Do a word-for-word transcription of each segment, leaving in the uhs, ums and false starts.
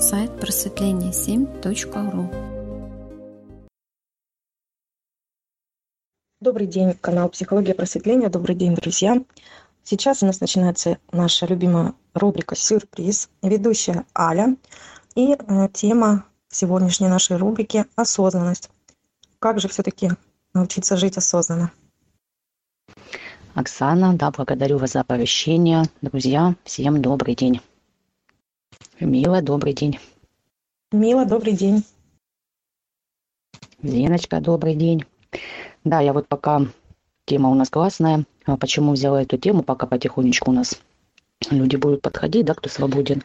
сайт просветление семь точка ру. Добрый день, канал «Психология просветления». Добрый день, друзья. Сейчас у нас начинается наша любимая рубрика «Сюрприз». Ведущая Аля. И э, тема сегодняшней нашей рубрики – осознанность. Как же все-таки научиться жить осознанно? Оксана, да, благодарю вас за оповещение. Друзья, всем добрый день. Мила, добрый день. Мила, добрый день. Леночка, добрый день. Да, я вот пока тема у нас классная. А почему взяла эту тему, пока потихонечку у нас люди будут подходить, да, кто свободен.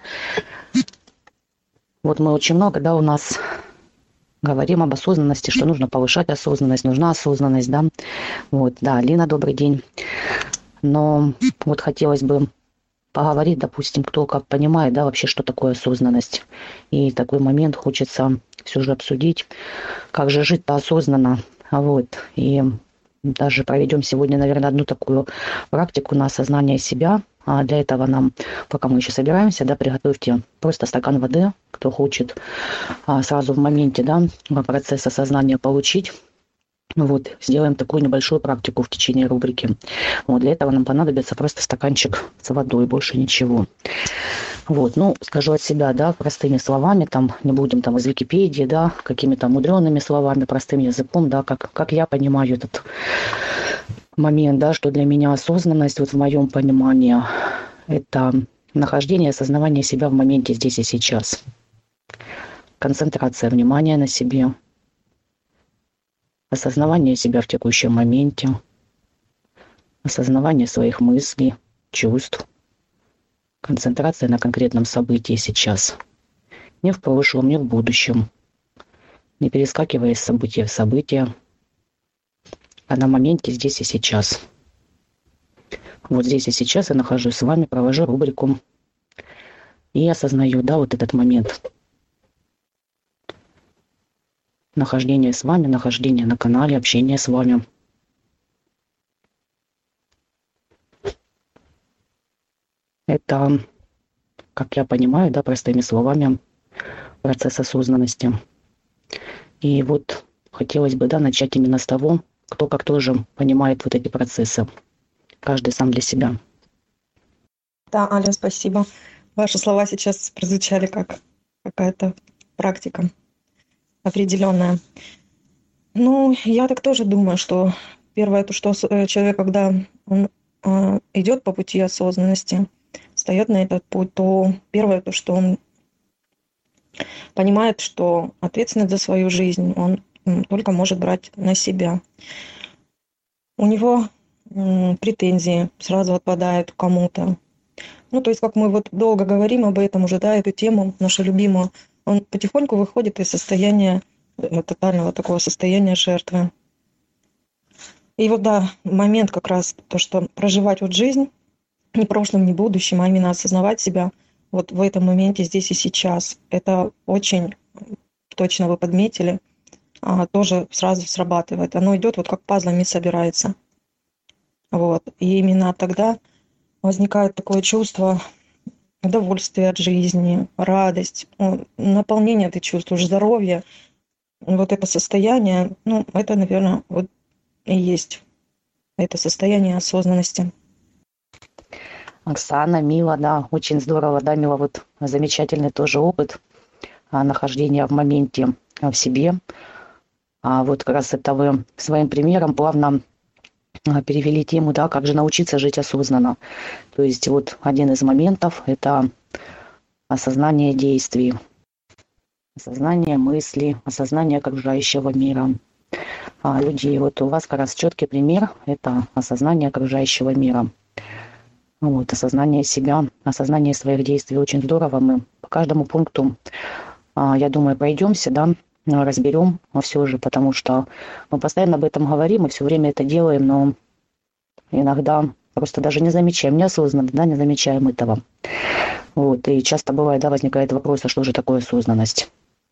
Вот мы очень много, да, у нас говорим об осознанности, что нужно повышать осознанность, нужна осознанность, да. Вот, да, Лина, добрый день. Но вот хотелось бы поговорить, допустим, кто как понимает, да, вообще, что такое осознанность. И такой момент хочется все же обсудить, как же жить-то осознанно. Вот, и даже проведем сегодня, наверное, одну такую практику на осознание себя. А для этого нам, пока мы еще собираемся, да, приготовьте просто стакан воды, кто хочет а, сразу в моменте, да, процесс осознания получить. Вот, сделаем такую небольшую практику в течение рубрики. Вот, для этого нам понадобится просто стаканчик с водой, больше ничего. Вот, ну, скажу от себя, да, простыми словами, там, не будем там из Википедии, да, какими-то мудреными словами, простым языком, да, как, как я понимаю этот момент, да, что для меня осознанность, вот в моем понимании, это нахождение, осознавание себя в моменте здесь и сейчас. Концентрация внимания на себе. Осознавание себя в текущем моменте. Осознавание своих мыслей, чувств. Концентрация на конкретном событии сейчас. Не в прошлом, не в будущем. Не перескакивая из события в событие, а на моменте здесь и сейчас. Вот здесь и сейчас я нахожусь с вами, провожу рубрику и осознаю, да, вот этот момент. Нахождение с вами, нахождение на канале, общение с вами. Это, как я понимаю, да, простыми словами, процесс осознанности. И вот хотелось бы, да, начать именно с того, кто как тоже понимает вот эти процессы. Каждый сам для себя. Да, Аля, спасибо. Ваши слова сейчас прозвучали как какая-то практика определенная. Ну, я так тоже думаю, что первое, то, что человек, когда он э, идет по пути осознанности, встает на этот путь, то первое, то, что он понимает, что ответственность за свою жизнь он м, только может брать на себя. У него м, претензии сразу отпадают к кому-то. Ну, то есть, как мы вот долго говорим об этом уже, да, эту тему, нашу любимую, он потихоньку выходит из состояния, э, тотального такого состояния жертвы. И вот, да, момент как раз, то, что проживать вот жизнь, не прошлым, не будущим, а именно осознавать себя вот в этом моменте здесь и сейчас. Это очень точно вы подметили, а, тоже сразу срабатывает. Оно идет вот как пазлами собирается. Вот. И именно тогда возникает такое чувство удовольствия от жизни, радость, ну, наполнение ты чувствуешь, здоровье. Вот это состояние, ну, это, наверное, вот и есть это состояние осознанности. Оксана, Мила, да, очень здорово, да, Мила, вот замечательный тоже опыт а, нахождения в моменте а, в себе. А вот как раз это вы своим примером плавно а, перевели тему, да, как же научиться жить осознанно. То есть вот один из моментов – это осознание действий, осознание мыслей, осознание окружающего мира. А, люди, вот у вас как раз четкий пример – это осознание окружающего мира. Вот, осознание себя, осознание своих действий. Очень здорово. Мы по каждому пункту, я думаю, пройдемся, да, разберем все же, потому что мы постоянно об этом говорим и все время это делаем, но иногда просто даже не замечаем, неосознанно, да, не замечаем этого. Вот, и часто бывает, да, возникает вопрос, а что же такое осознанность?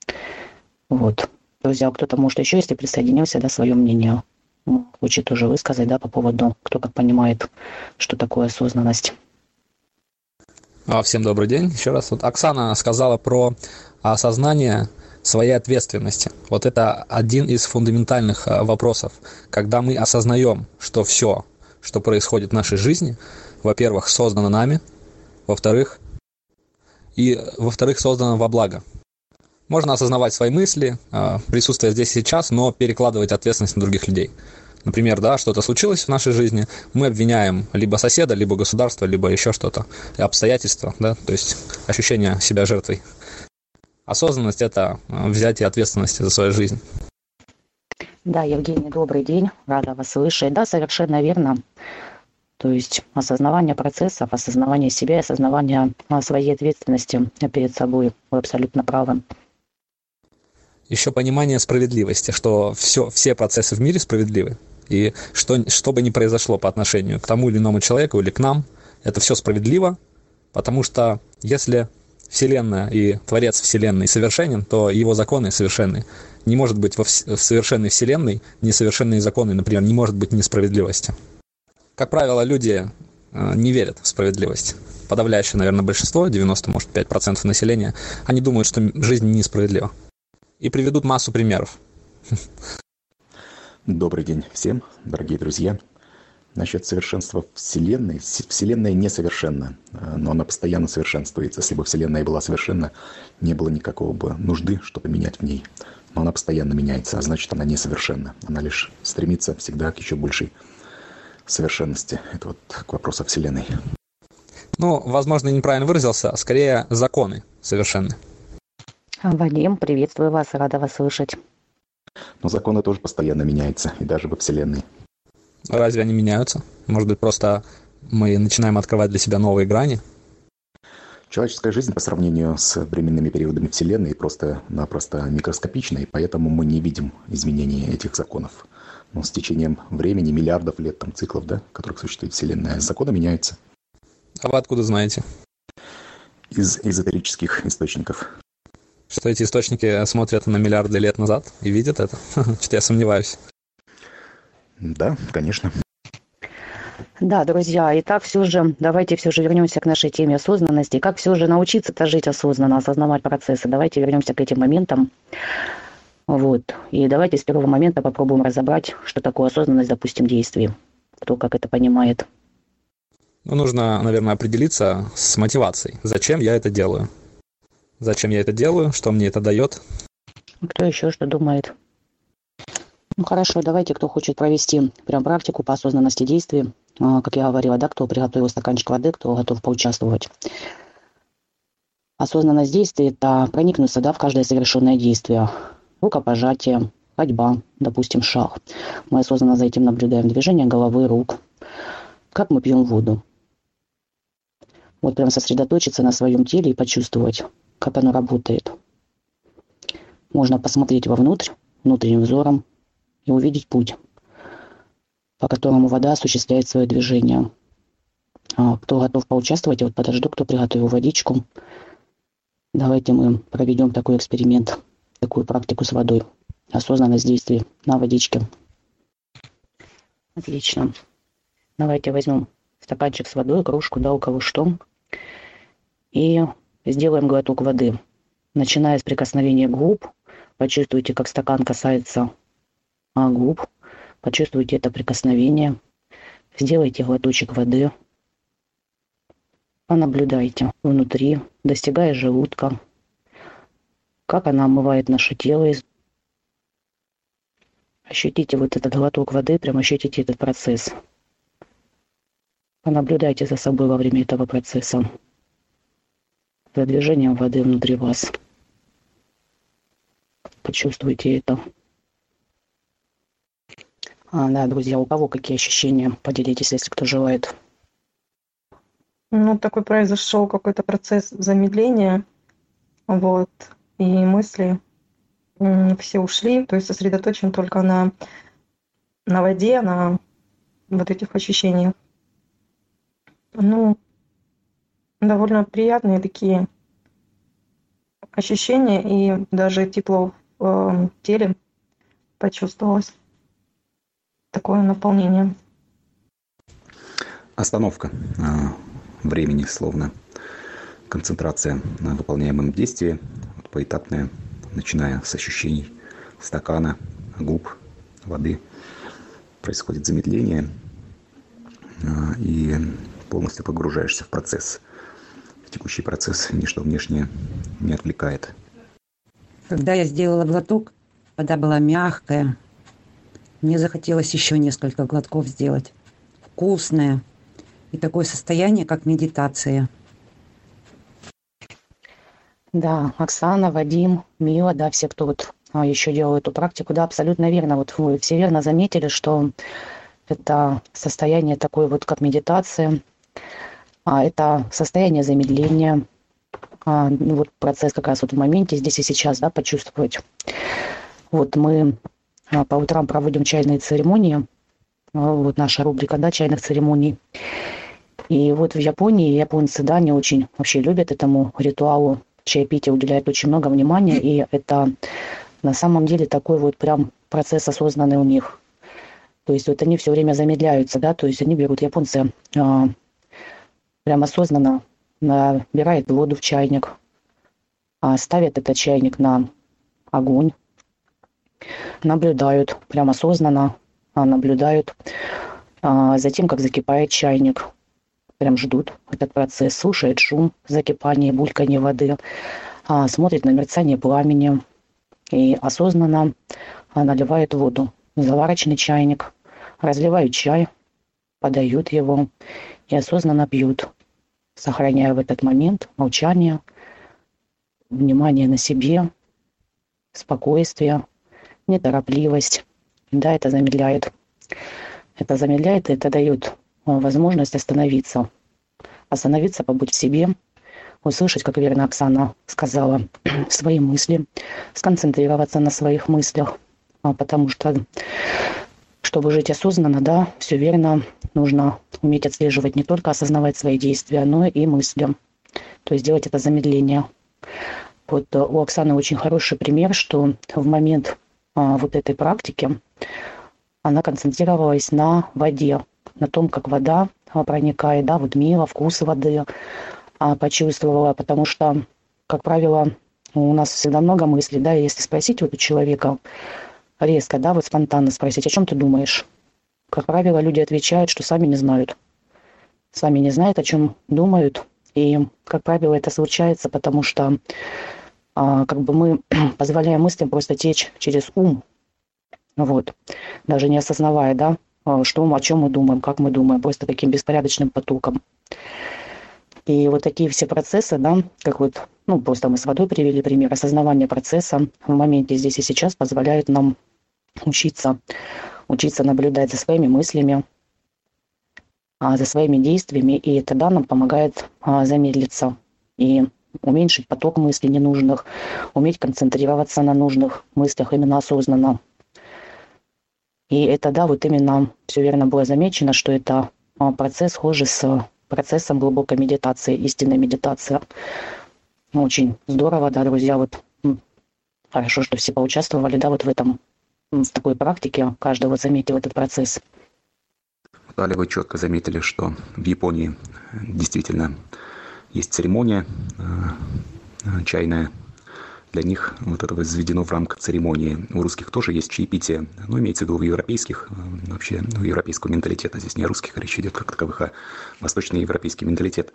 Вот. Друзья, кто-то, может, еще, если присоединился, да, свое мнение хочет уже высказать, да, по поводу, кто как понимает, что такое осознанность. Всем добрый день. Еще раз, вот Оксана сказала про а осознание своей ответственности. Вот это один из фундаментальных а, вопросов. Когда мы осознаем, что все, что происходит в нашей жизни, во-первых, создано нами, во-вторых, и во-вторых, создано во благо. Можно осознавать свои мысли, а, присутствие здесь и сейчас, но перекладывать ответственность на других людей. Например, да, что-то случилось в нашей жизни, мы обвиняем либо соседа, либо государство, либо еще что-то, и обстоятельства, да, то есть ощущение себя жертвой. Осознанность – это взятие ответственности за свою жизнь. Да, Евгений, добрый день, рада вас слышать. Да, совершенно верно. То есть осознавание процессов, осознавание себя, осознавание а, своей ответственности перед собой. Вы абсолютно правы. Еще понимание справедливости, что все, все процессы в мире справедливы. И что, что бы ни произошло по отношению к тому или иному человеку или к нам, это все справедливо, потому что если Вселенная и Творец Вселенной совершенен, то его законы совершенны. Не может быть во в совершенной Вселенной несовершенные законы, например, не может быть несправедливости. Как правило, люди э, не верят в справедливость. Подавляющее, наверное, большинство, девяносто, может, пять процентов населения, они думают, что жизнь несправедлива. И приведут массу примеров. Добрый день всем, дорогие друзья. Насчет совершенства Вселенной. Вселенная несовершенна, но она постоянно совершенствуется. Если бы Вселенная была совершенна, не было никакого бы нужды что-то менять в ней. Но она постоянно меняется, а значит, она несовершенна. Она лишь стремится всегда к еще большей совершенности. Это вот к вопросу о Вселенной. Ну, возможно, я неправильно выразился, а скорее законы совершенны. Вадим, приветствую вас, рада вас слышать. Но законы тоже постоянно меняются, и даже во Вселенной. Разве они меняются? Может быть, просто мы начинаем открывать для себя новые грани? Человеческая жизнь по сравнению с временными периодами Вселенной просто-напросто микроскопична, и поэтому мы не видим изменений этих законов. Но с течением времени, миллиардов лет, там, циклов, да, в которых существует Вселенная, законы меняются. А вы откуда знаете? Из эзотерических источников. Что эти источники смотрят на миллиарды лет назад и видят это? Что-то я сомневаюсь. Да, конечно. Да, друзья, итак, все же, давайте все же вернемся к нашей теме осознанности. Как все же научиться-то жить осознанно, осознавать процессы? Давайте вернемся к этим моментам. Вот. И давайте с первого момента попробуем разобрать, что такое осознанность, допустим, действий. Кто как это понимает. Ну, нужно, наверное, определиться с мотивацией. Зачем я это делаю? Зачем я это делаю? Что мне это дает? Кто еще что думает? Ну хорошо, давайте, кто хочет провести прям практику по осознанности действий, как я говорила, да, кто приготовил стаканчик воды, кто готов поучаствовать. Осознанность действий – это проникнуться, да, в каждое совершенное действие. Рукопожатие, ходьба, допустим, шаг. Мы осознанно за этим наблюдаем движение головы, рук. Как мы пьем воду. Вот прям сосредоточиться на своем теле и почувствовать, как оно работает. Можно посмотреть вовнутрь, внутренним взором, и увидеть путь, по которому вода осуществляет свое движение. А кто готов поучаствовать, я вот подожду, кто приготовил водичку. Давайте мы проведем такой эксперимент, такую практику с водой. Осознанность действий на водичке. Отлично. Давайте возьмем стаканчик с водой, кружку, да, у кого что. И сделаем глоток воды. Начиная с прикосновения губ, почувствуйте, как стакан касается а губ, почувствуйте это прикосновение, сделайте глоточек воды, понаблюдайте внутри, достигая желудка, как она омывает наше тело. Ощутите вот этот глоток воды, прям ощутите этот процесс. Понаблюдайте за собой во время этого процесса, за движением воды внутри вас. Почувствуйте это. А, да, друзья, у кого какие ощущения? Поделитесь, если кто желает. Ну, такой произошел какой-то процесс замедления, вот, и мысли м, все ушли, то есть сосредоточен только на, на воде, на вот этих ощущениях. Ну, довольно приятные такие ощущения, и даже тепло в э, теле почувствовалось. Такое наполнение. Остановка времени, словно концентрация на выполняемом действии. поэтапное, начиная с ощущений стакана, губ, воды. Происходит замедление, и полностью погружаешься в процесс. В текущий процесс ничто внешнее не отвлекает. Когда я сделала глоток, вода была мягкая. Мне захотелось еще несколько глотков сделать. Вкусная. И такое состояние, как медитация. Да, Оксана, Вадим, Мила, да, все, кто вот а, еще делал эту практику, да, абсолютно верно. Вот вы все верно заметили, что это состояние такое вот, как медитация, а, это состояние замедления, а, ну, вот процесс как раз вот в моменте, здесь и сейчас, да, почувствовать. Вот мы а, по утрам проводим чайные церемонии, а, вот наша рубрика, да, чайных церемоний. И вот в Японии японцы, да, они очень вообще любят этому ритуалу чаепития, уделяют очень много внимания, и это на самом деле такой вот прям процесс осознанный у них. То есть вот они все время замедляются, да, то есть они берут, японцы а, прям осознанно набирают воду в чайник, а, ставят этот чайник на огонь, наблюдают, прям осознанно а, наблюдают а, за тем, как закипает чайник. Прям ждут этот процесс, слушают шум закипания, булькания воды, а, смотрят на мерцание пламени и осознанно а, наливают воду в заварочный чайник, разливают чай, подают его и осознанно пьют, сохраняя в этот момент молчание, внимание на себе, спокойствие, неторопливость. Да, это замедляет. Это замедляет, и это дает возможность остановиться. Остановиться, побыть в себе, услышать, как верно Оксана сказала, свои мысли, сконцентрироваться на своих мыслях, потому что, чтобы жить осознанно, да, все верно, нужно уметь отслеживать, не только осознавать свои действия, но и мысли, то есть делать это замедление. Вот у Оксаны очень хороший пример, что в момент а, вот этой практики она концентрировалась на воде, на том, как вода проникает, да, вот Мила, вкус воды а, почувствовала, потому что, как правило, у нас всегда много мыслей, да, и если спросить вот у человека резко, да, вот спонтанно спросить, о чем ты думаешь? Как правило, люди отвечают, что сами не знают. Сами не знают, о чем думают, и, как правило, это случается, потому что а, как бы мы позволяем мыслям просто течь через ум, вот, даже не осознавая, да, что мы, о чем мы думаем, как мы думаем, просто таким беспорядочным потоком. И вот такие все процессы, да, как вот, ну, просто мы с водой привели пример, осознавание процесса в моменте здесь и сейчас позволяет нам учиться, учиться наблюдать за своими мыслями, за своими действиями, и тогда нам помогает замедлиться и уменьшить поток мыслей ненужных, уметь концентрироваться на нужных мыслях именно осознанно. И это, да, вот именно все верно было замечено, что это процесс схожий с процессом глубокой медитации, истинной медитации. Очень здорово, да, друзья, вот хорошо, что все поучаствовали, да, вот в этом, в такой практике, каждый вот заметил этот процесс. Далее вы четко заметили, что в Японии действительно есть церемония э, чайная. Для них вот это возведено в рамках церемонии. У русских тоже есть чаепитие, но имеется в виду в европейских, вообще ну, европейского менталитета. Здесь не о русских речь идет как таковых, а восточноевропейский менталитет.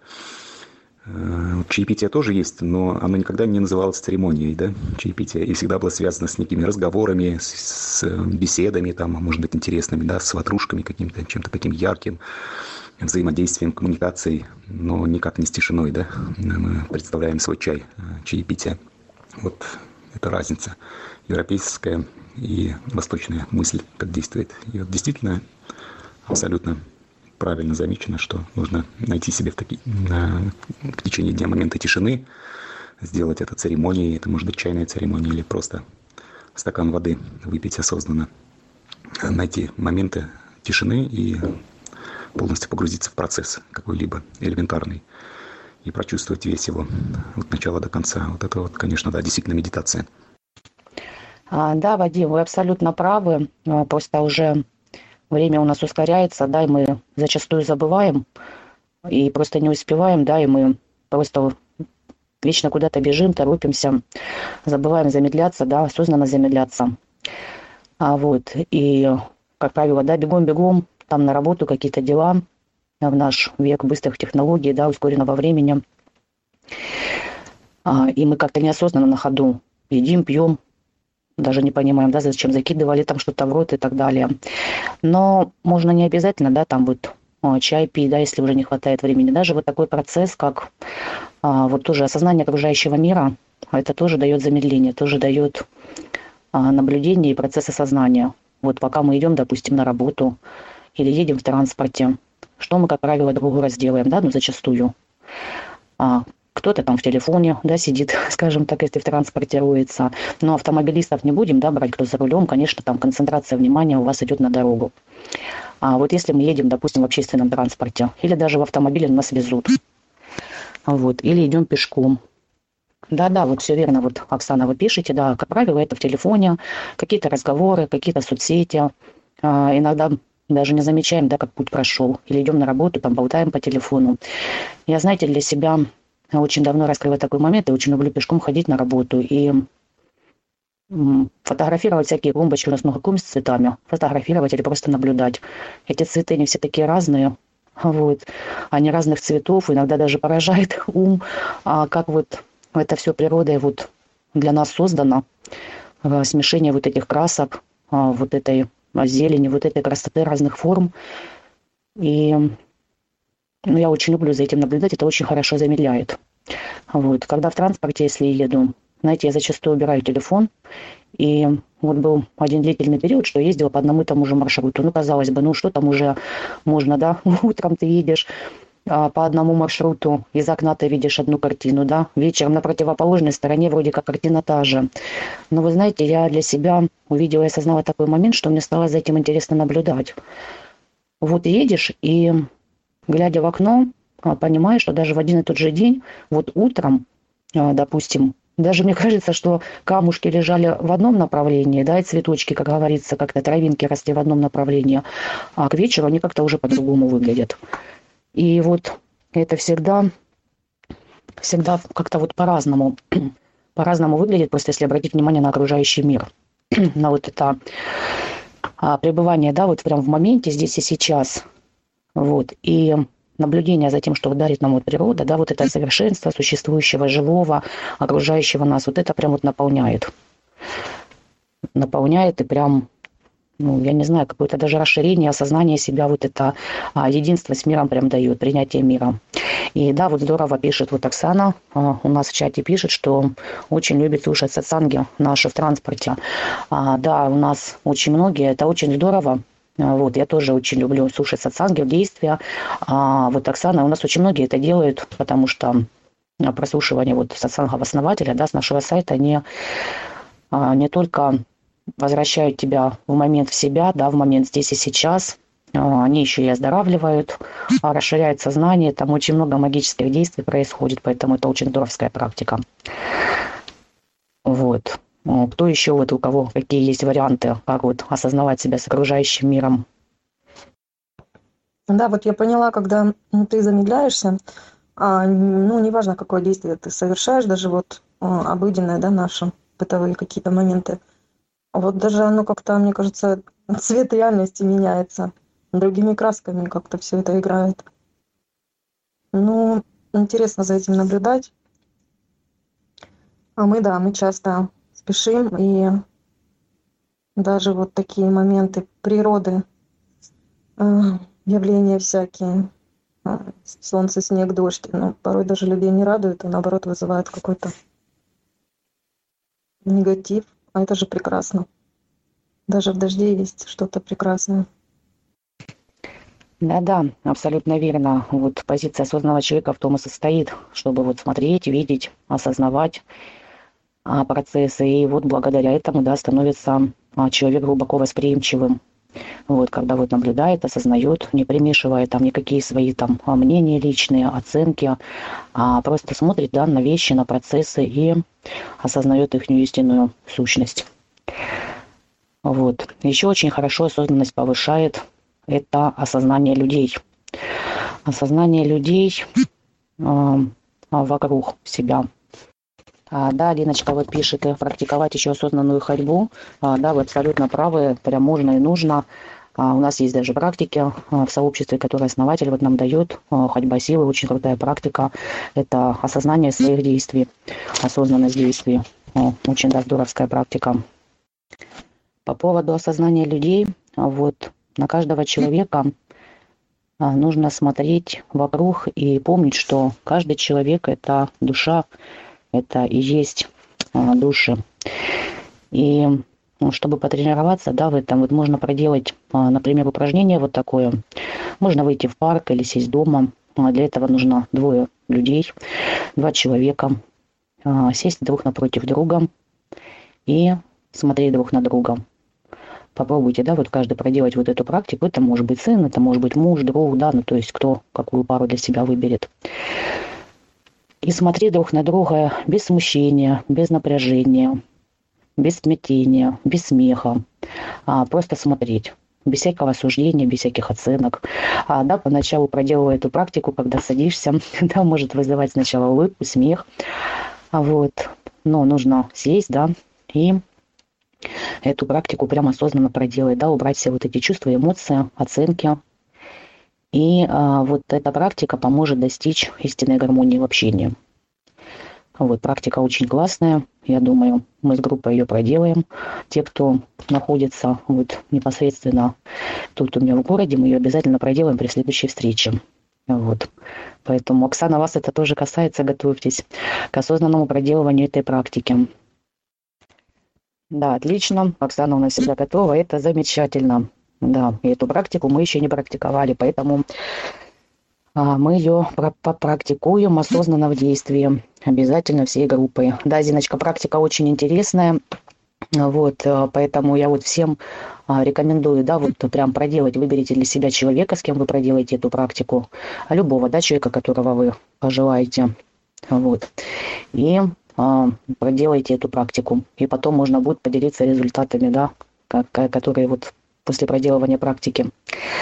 Чаепитие тоже есть, но оно никогда не называлось церемонией, да, чаепитие, и всегда было связано с некими разговорами, с, с беседами, там, может быть, интересными, да, с ватрушками каким-то, чем-то таким ярким, взаимодействием, коммуникацией, но никак не с тишиной, да. Мы представляем свой чай, чаепитие. Вот это разница. Европейская и восточная мысль, как действует. И вот действительно абсолютно правильно замечено, что нужно найти себе в таки, на, в течение дня моменты тишины, сделать это церемонией, это может быть чайная церемония или просто стакан воды выпить осознанно, найти моменты тишины и полностью погрузиться в процесс какой-либо элементарный и прочувствовать весь его от начала до конца. Вот это вот, конечно, да, действительно медитация. А, да, Вадим, вы абсолютно правы. Просто уже время у нас ускоряется, да, и мы зачастую забываем и просто не успеваем, да, и мы просто вечно куда-то бежим, торопимся, забываем замедляться, да, осознанно замедляться. А вот, и, как правило, да, бегом-бегом, там на работу какие-то дела, в наш век быстрых технологий, да, ускоренного времени. А, и мы как-то неосознанно на ходу едим, пьем, даже не понимаем, да, зачем закидывали там что-то в рот и так далее. Но можно не обязательно, да, там вот а, чай пить, да, если уже не хватает времени. Даже вот такой процесс, как а, вот тоже осознание окружающего мира, это тоже дает замедление, тоже дает а, наблюдение и процесс осознания. Вот пока мы идем, допустим, на работу или едем в транспорте, что мы, как правило, друг друга сделаем, да, ну, зачастую. А, кто-то там в телефоне, да, сидит, скажем так, если в транспорте роется. Но автомобилистов не будем, да, брать, кто за рулем, конечно, там концентрация внимания у вас идет на дорогу. А вот если мы едем, допустим, в общественном транспорте, или даже в автомобиле нас везут, вот, или идем пешком. Да-да, вот все верно, вот, Оксана, вы пишете, да, как правило, это в телефоне, какие-то разговоры, какие-то соцсети, а, иногда даже не замечаем, да, как путь прошел. Или идем на работу, там болтаем по телефону. Я, знаете, для себя очень давно раскрыла такой момент. Я очень люблю пешком ходить на работу и м, фотографировать всякие клумбочки. У нас много клумб с цветами. Фотографировать или просто наблюдать. Эти цветы, они все такие разные. Вот. Они разных цветов. Иногда даже поражает ум, а как вот это все природой вот для нас создано. А, смешение вот этих красок, а, вот этой зелени, вот этой красоты разных форм. И ну, я очень люблю за этим наблюдать, это очень хорошо замедляет. Вот. Когда в транспорте, если еду, знаете, я зачастую убираю телефон. И вот был один длительный период, что я ездила по одному и тому же маршруту. Ну, казалось бы, ну что там уже можно, да? Утром ты едешь а, по одному маршруту, из окна ты видишь одну картину, да? Вечером на противоположной стороне вроде как картина та же. Но вы знаете, я для себя увидела и осознала такой момент, что мне стало за этим интересно наблюдать. Вот едешь и, глядя в окно, понимаешь, что даже в один и тот же день, вот утром, допустим, даже мне кажется, что камушки лежали в одном направлении, да, и цветочки, как говорится, как-то травинки росли в одном направлении, а к вечеру они как-то уже по-другому выглядят. И вот это всегда, всегда как-то вот по-разному, по-разному выглядит, просто если обратить внимание на окружающий мир, на вот это а, пребывание, да, вот прям в моменте, здесь и сейчас, вот, и наблюдение за тем, что дарит нам вот природа, да, вот это совершенство существующего, живого, окружающего нас, вот это прям вот наполняет. Наполняет и прям, ну, я не знаю, какое-то даже расширение, осознание себя, вот это а, единство с миром прям дает, принятие мира. И да, вот здорово пишет вот Оксана, а, у нас в чате пишет, что очень любит слушать сатсанги наши в транспорте. А, да, у нас очень многие, это очень здорово. Вот, я тоже очень люблю слушать сатсанги, действия. А вот Оксана, у нас очень многие это делают, потому что прослушивание вот сатсангов основателя, да, с нашего сайта, они не только возвращают тебя в момент в себя, да, в момент здесь и сейчас, они еще и оздоравливают, расширяют сознание, там очень много магических действий происходит, поэтому это очень здоровская практика. Вот. Кто еще, вот у кого какие есть варианты, как вот осознавать себя с окружающим миром? Да, вот я поняла, когда ну, ты замедляешься, а, ну, неважно, какое действие ты совершаешь, даже вот а, обыденное, да, наши бытовые какие-то моменты, вот даже оно как-то, мне кажется, цвет реальности меняется, другими красками как-то все это играет. Ну, интересно за этим наблюдать. А мы, да, мы часто спешим, и даже вот такие моменты природы, явления всякие, солнце, снег, дождь, ну, порой даже людей не радуют, а наоборот вызывают какой-то негатив. А это же прекрасно. Даже в дожде есть что-то прекрасное. Да-да, абсолютно верно. Вот позиция осознанного человека в том и состоит, чтобы вот смотреть, видеть, осознавать а, процессы. И вот благодаря этому, да, становится а, человек глубоко восприимчивым. Вот, когда вот наблюдает, осознает, не примешивая там никакие свои там мнения личные, оценки, а просто смотрит, да, на вещи, на процессы и осознает их истинную сущность. Вот. Еще очень хорошо осознанность повышает это осознание людей. Осознание людей э, вокруг себя. А, да, Линочка вот пишет, э, практиковать еще осознанную ходьбу. А, да, вы абсолютно правы, прям можно и нужно. А, у нас есть даже практики а, в сообществе, которые основатель вот нам дает. А, ходьба силы, очень крутая практика. Это осознание своих действий, осознанность действий. А, очень, да, здоровская практика. По поводу осознания людей, а, вот на каждого человека а, нужно смотреть вокруг и помнить, что каждый человек – это душа, это и есть а, души. И ну, чтобы потренироваться, да, в этом вот можно проделать, а, например, упражнение вот такое. Можно выйти в парк или сесть дома. А, для этого нужно двое людей, два человека. А, сесть друг напротив друга и смотреть друг на друга. Попробуйте, да, вот каждый проделать вот эту практику. Это может быть сын, это может быть муж, друг, да, ну то есть кто какую пару для себя выберет. И смотреть друг на друга без смущения, без напряжения, без смятения, без смеха. А, просто смотреть. Без всякого осуждения, без всяких оценок. А, да, поначалу проделывая эту практику, когда садишься, да, может вызывать сначала улыбку, смех. А вот, но нужно сесть, да, и эту практику прямо осознанно проделать, да, убрать все вот эти чувства, эмоции, оценки. И а, вот эта практика поможет достичь истинной гармонии в общении. Вот, практика очень классная, я думаю, мы с группой ее проделаем. Те, кто находится вот непосредственно тут у меня в городе, мы ее обязательно проделаем при следующей встрече. Вот. Поэтому, Оксана, вас это тоже касается, готовьтесь к осознанному проделыванию этой практики. Да, отлично, Оксана у нас всегда готова, это замечательно. Да, и эту практику мы еще не практиковали, поэтому а, мы ее попрактикуем осознанно в действии, обязательно всей группой. Да, Зиночка, практика очень интересная, вот, поэтому я вот всем а, рекомендую, да, вот прям проделать, выберите для себя человека, с кем вы проделаете эту практику, а любого, да, человека, которого вы пожелаете, вот, и а, проделайте эту практику, и потом можно будет поделиться результатами, да, как, которые вот после проделывания практики.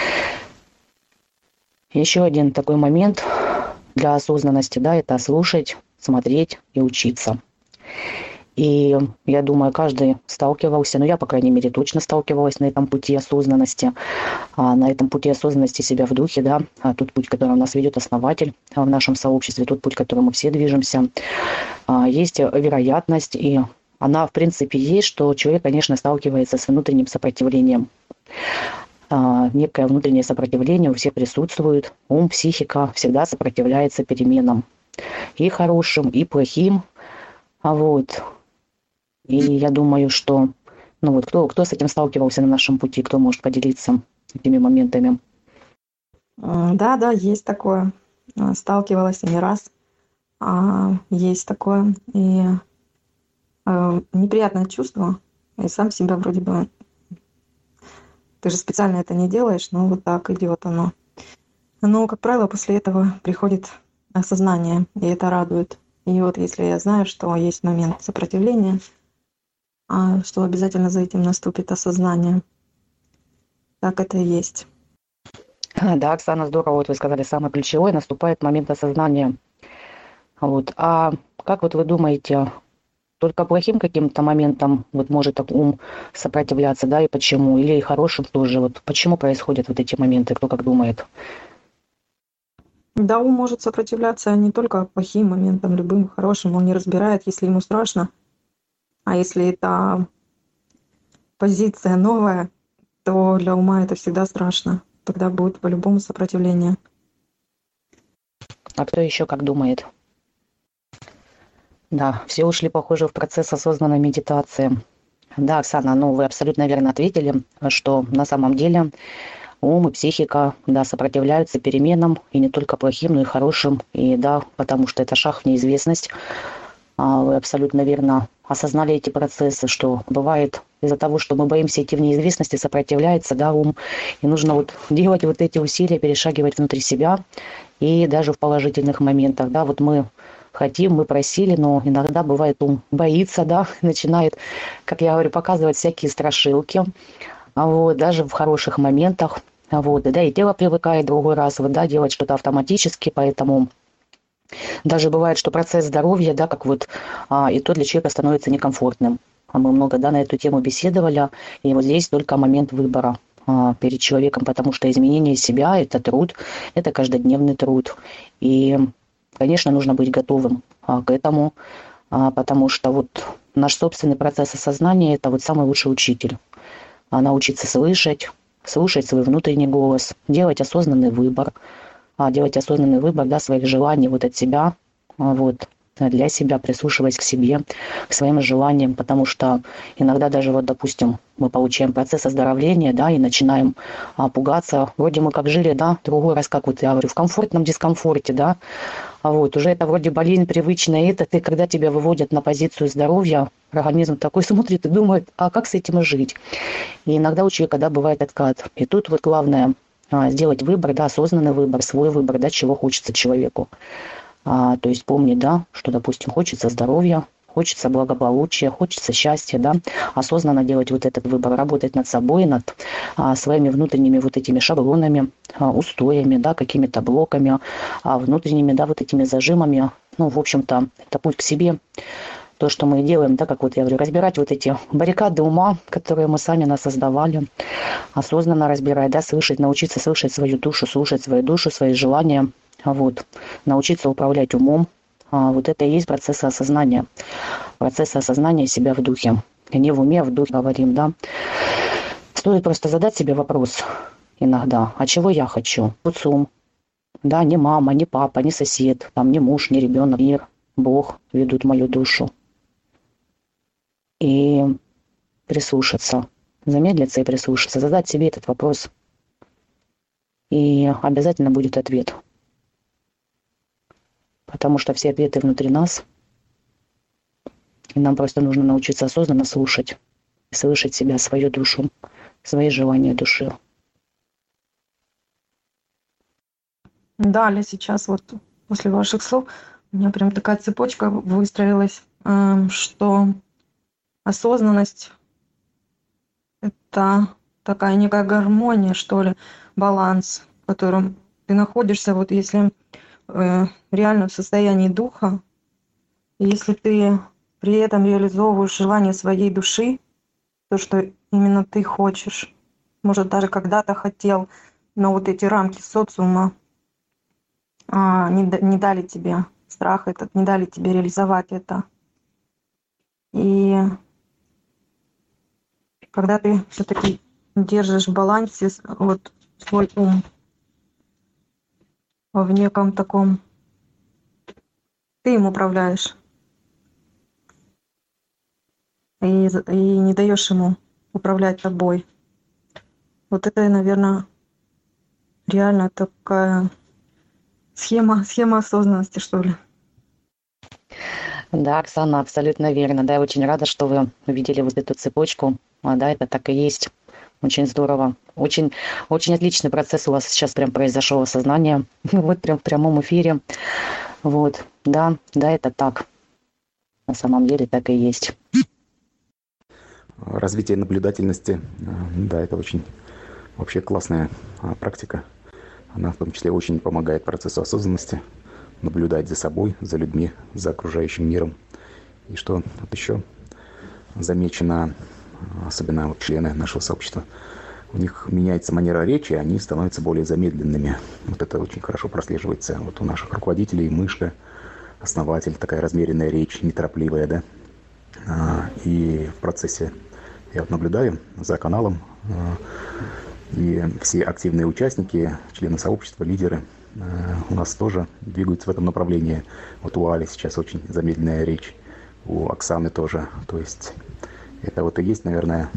Еще один такой момент для осознанности, да, это слушать, смотреть и учиться. И я думаю, каждый сталкивался, ну я, по крайней мере, точно сталкивалась на этом пути осознанности, а на этом пути осознанности себя в духе, да, а тот путь, который у нас ведет основатель в нашем сообществе, тот путь, к которому мы все движемся, а, есть вероятность, и она, в принципе, есть, что человек, конечно, сталкивается с внутренним сопротивлением. А, некое внутреннее сопротивление у всех присутствует. Ум, психика всегда сопротивляется переменам. И хорошим, и плохим. А вот. И я думаю, что ну вот кто, кто с этим сталкивался на нашем пути, кто может поделиться этими моментами? Да, да, есть такое. А, Сталкивалась и не раз. А, Есть такое. И а, неприятное чувство. И сам себя вроде бы... Ты же специально это не делаешь, но вот так идет оно. Но, как правило, после этого приходит осознание, и это радует. И вот если я знаю, что есть момент сопротивления, а что обязательно за этим наступит осознание, так это и есть. А, Да, Оксана, здорово, вот вы сказали, самое ключевое, наступает момент осознания. Вот. А как вот вы думаете, только плохим каким-то моментом вот может так ум сопротивляться, да, и почему? Или и хорошим тоже? Вот почему происходят вот эти моменты, кто как думает? Да, ум может сопротивляться не только плохим моментам, любым хорошим. Он не разбирает, если ему страшно. А если это позиция новая, то для ума это всегда страшно. Тогда будет по-любому сопротивление. А кто еще как думает? Да, все ушли, похоже, в процесс осознанной медитации. Да, Оксана, ну вы абсолютно верно ответили, что на самом деле ум и психика, да, сопротивляются переменам, и не только плохим, но и хорошим. И да, потому что это шаг в неизвестность. А, Вы абсолютно верно осознали эти процессы, что бывает из-за того, что мы боимся идти в неизвестности, сопротивляется, да, ум. И нужно вот делать вот эти усилия, перешагивать внутри себя, и даже в положительных моментах, да, вот мы хотим, мы просили, но иногда бывает ум боится, да, начинает, как я говорю, показывать всякие страшилки, а вот, даже в хороших моментах, а вот, да, и тело привыкает другой раз, вот, да, делать что-то автоматически, поэтому Даже бывает, что процесс здоровья, да, как вот, а, и то для человека становится некомфортным. А мы много, да, на эту тему беседовали, и вот здесь только момент выбора а, перед человеком, потому что изменение себя – это труд, это каждодневный труд. И, конечно, нужно быть готовым а, к этому, а, потому что вот наш собственный процесс осознания – это вот самый лучший учитель. А, научиться слышать, слушать свой внутренний голос, делать осознанный выбор, а, делать осознанный выбор, да, своих желаний вот от себя, а, вот, для себя, прислушиваясь к себе, к своим желаниям, потому что иногда даже вот, допустим, мы получаем процесс оздоровления, да, и начинаем а, пугаться, вроде мы как жили, да, другой раз, как вот я говорю, в комфортном дискомфорте, да, а вот, уже это вроде болезнь привычная, это ты, когда тебя выводят на позицию здоровья, организм такой смотрит и думает, а как с этим жить? И иногда у человека, да, бывает откат. И тут вот главное а, сделать выбор, да, осознанный выбор, свой выбор, да, чего хочется человеку. А, то есть помнить, да, что, допустим, хочется здоровья, хочется благополучия, хочется счастья, да, осознанно делать вот этот выбор, работать над собой, над а, своими внутренними вот этими шаблонами, а, устоями, да, какими-то блоками, а, внутренними, да, вот этими зажимами. Ну, в общем-то, это путь к себе. То, что мы делаем, да, как вот я говорю, разбирать вот эти баррикады ума, которые мы сами насоздавали, осознанно разбирать, да, слышать, научиться слышать свою душу, слушать свою душу, свои желания, вот, научиться управлять умом. А, вот это и есть процесс осознания, процесс осознания себя в духе. Не в уме, а в духе говорим, да. Стоит просто задать себе вопрос иногда, а чего я хочу? Социум, да, не мама, не папа, не сосед, там, не муж, не ребенок, мир, Бог ведут мою душу. И прислушаться, замедлиться и прислушаться, задать себе этот вопрос. И обязательно будет ответ. Потому что все ответы внутри нас. И нам просто нужно научиться осознанно слушать. Слышать себя, свою душу, свои желания души. Далее сейчас вот после ваших слов у меня прям такая цепочка выстроилась, эм, что осознанность – это такая некая гармония, что ли, баланс, в котором ты находишься, вот если э, реально в состоянии духа, если ты при этом реализовываешь желание своей души, то, что именно ты хочешь, может, даже когда-то хотел, но вот эти рамки социума а, не, не дали тебе, страх этот, не дали тебе реализовать это. И когда ты все-таки держишь в балансе вот свой ум в неком таком, ты им управляешь и, и не даешь ему управлять тобой. Вот это, наверное, реально такая схема, схема осознанности, что ли. Да, Оксана, абсолютно верно. Да, я очень рада, что вы увидели вот эту цепочку. А, да, это так и есть. Очень здорово. Очень, очень отличный процесс у вас сейчас прям произошел осознание. Вот прям в прямом эфире. Вот, да, да, это так. На самом деле так и есть. Развитие наблюдательности, да, это очень вообще классная практика. Она в том числе очень помогает процессу осознанности, наблюдать за собой, за людьми, за окружающим миром. И что вот еще замечено, особенно вот члены нашего сообщества, у них меняется манера речи, они становятся более замедленными. Вот это очень хорошо прослеживается вот у наших руководителей. Мышка, основатель, такая размеренная речь, неторопливая, да. И в процессе я вот наблюдаю за каналом, и все активные участники, члены сообщества, лидеры у нас тоже двигаются в этом направлении. Вот у Али сейчас очень замедленная речь, у Оксаны тоже. То есть это вот и есть, наверное,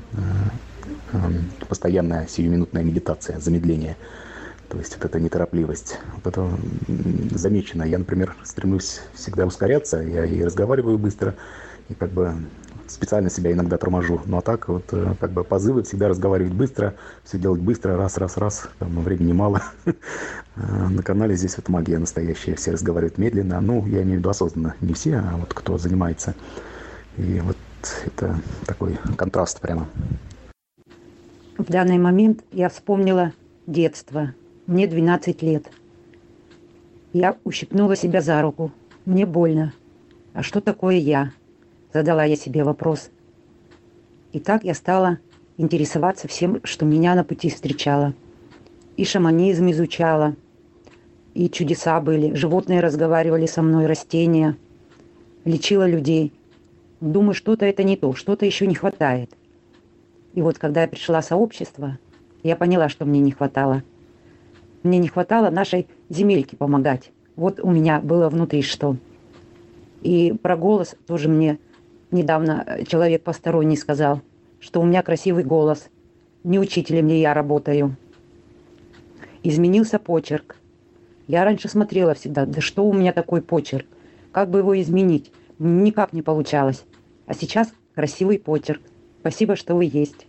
постоянная сиюминутная медитация, замедление. То есть вот эта неторопливость. Вот это замечено. Я, например, стремлюсь всегда ускоряться. Я и разговариваю быстро, и как бы специально себя иногда торможу. Ну а так вот как бы позывы всегда разговаривать быстро, все делать быстро, раз, раз, раз. Там времени мало. На канале здесь вот магия настоящая. Все разговаривают медленно. Ну, я имею в виду осознанно. Не все, а вот кто занимается. И вот это такой контраст прямо. В данный момент я вспомнила детство. Мне двенадцать лет. Я ущипнула себя за руку. Мне больно. А что такое я? Задала я себе вопрос. И так я стала интересоваться всем, что меня на пути встречало. И шаманизм изучала, и чудеса были. Животные разговаривали со мной, растения. Лечила людей. Думаю, что-то это не то, что-то еще не хватает. И вот когда я пришла в сообщество, я поняла, что мне не хватало. Мне не хватало нашей земельке помогать. Вот у меня было внутри что. И про голос тоже мне недавно человек посторонний сказал, что у меня красивый голос. Не учителем ли я работаю. Изменился почерк. Я раньше смотрела всегда, да что у меня такой почерк? Как бы его изменить? Никак не получалось. А сейчас красивый почерк. Спасибо, что вы есть.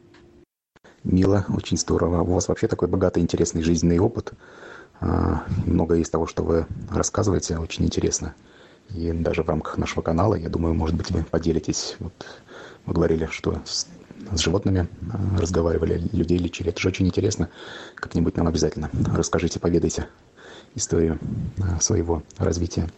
Мило, очень здорово. У вас вообще такой богатый, интересный жизненный опыт. А, Много из того, что вы рассказываете, очень интересно. И даже в рамках нашего канала, я думаю, может быть, вы поделитесь. Вот вы говорили, что с, с животными а, разговаривали, людей лечили. Это же очень интересно. Как-нибудь нам обязательно расскажите, поведайте историю а, своего развития.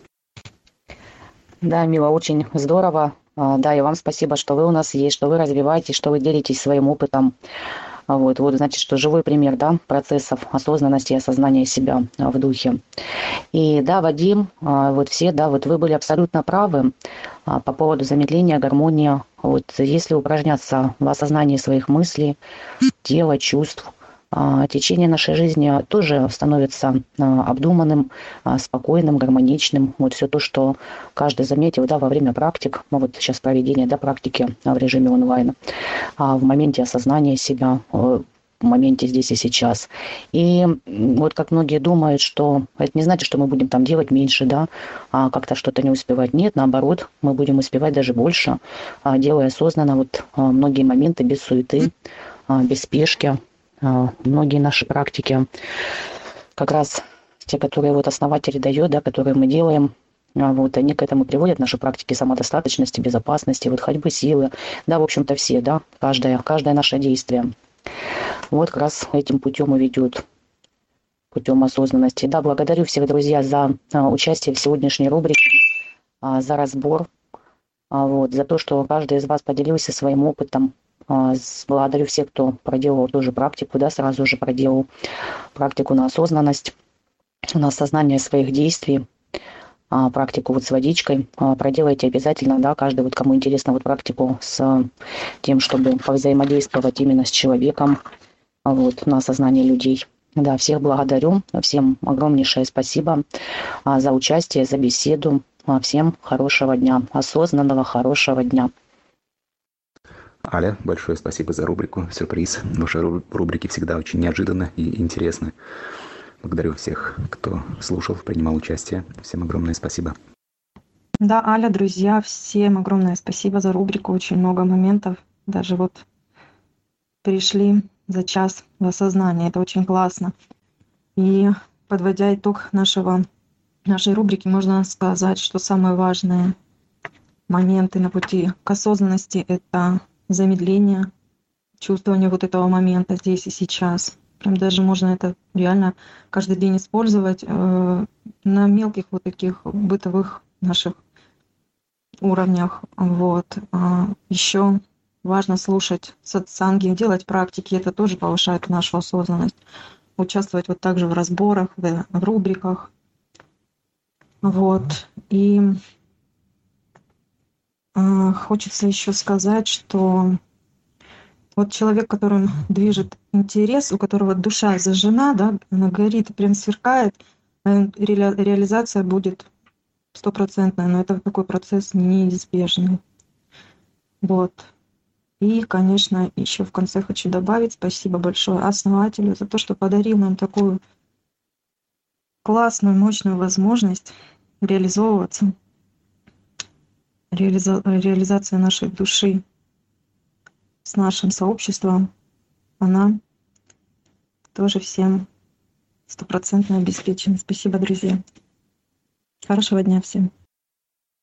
Да, Мила, очень здорово. А, Да, и вам спасибо, что вы у нас есть, что вы развиваетесь, что вы делитесь своим опытом. А Вот, вот, значит, что живой пример, да, процессов осознанности и осознания себя а, в духе. И да, Вадим, а, вот все, да, вот вы были абсолютно правы а, по поводу замедления, гармонии. Вот если упражняться в осознании своих мыслей, тела, чувств, а, течение нашей жизни тоже становится а, обдуманным, а, спокойным, гармоничным. Вот все то, что каждый заметил, да, во время практик, ну вот сейчас проведение, да, практики а, в режиме онлайн, а, в моменте осознания себя, э, в моменте здесь и сейчас. И м, вот как многие думают, что это не значит, что мы будем там делать меньше, да, а как-то что-то не успевать. Нет, наоборот, мы будем успевать даже больше, а, делая осознанно вот а, многие моменты без суеты, а, без спешки. А, Многие наши практики, как раз те, которые вот основатели дает, да, которые мы делаем, а, вот они к этому приводят, наши практики самодостаточности, безопасности, вот ходьбы, силы, да, в общем-то все, да, каждое, каждое наше действие. Вот как раз этим путем и ведет, путем осознанности. Да, благодарю всех, друзья, за а, участие в сегодняшней рубрике, а, за разбор, а, вот, за то, что каждый из вас поделился своим опытом. А, с- Благодарю всех, кто проделал тоже практику, да, сразу же проделал практику на осознанность, на осознание своих действий, а, практику вот с водичкой. А, Проделайте обязательно, да, каждый, вот кому интересно, вот практику с а, тем, чтобы повзаимодействовать именно с человеком, а, вот, на осознание людей. Да, всех благодарю, всем огромнейшее спасибо а, за участие, за беседу. А, Всем хорошего дня, осознанного хорошего дня. Аля, большое спасибо за рубрику «Сюрприз». Ваши ру- рубрики всегда очень неожиданны и интересны. Благодарю всех, кто слушал, принимал участие. Всем огромное спасибо. Да, Аля, друзья, всем огромное спасибо за рубрику. Очень много моментов. Даже вот перешли за час в осознание. Это очень классно. И подводя итог нашего, нашей рубрики, можно сказать, что самые важные моменты на пути к осознанности — это замедление, чувствование вот этого момента здесь и сейчас. Прям даже можно это реально каждый день использовать э, на мелких вот таких бытовых наших уровнях. Вот. А еще важно слушать сатсанги, делать практики. Это тоже повышает нашу осознанность. Участвовать вот также в разборах, в, в рубриках. Вот. И э, хочется еще сказать, что вот человек, которым движет интерес, у которого душа зажжена, да, она горит, прям сверкает, э, реали- реализация будет стопроцентная, но это такой процесс неизбежный. Вот. И, конечно, еще в конце хочу добавить спасибо большое основателю за то, что подарил нам такую классную, мощную возможность реализовываться, реализа- реализация нашей души с нашим сообществом, она тоже всем стопроцентно обеспечена. Спасибо, друзья. Хорошего дня всем.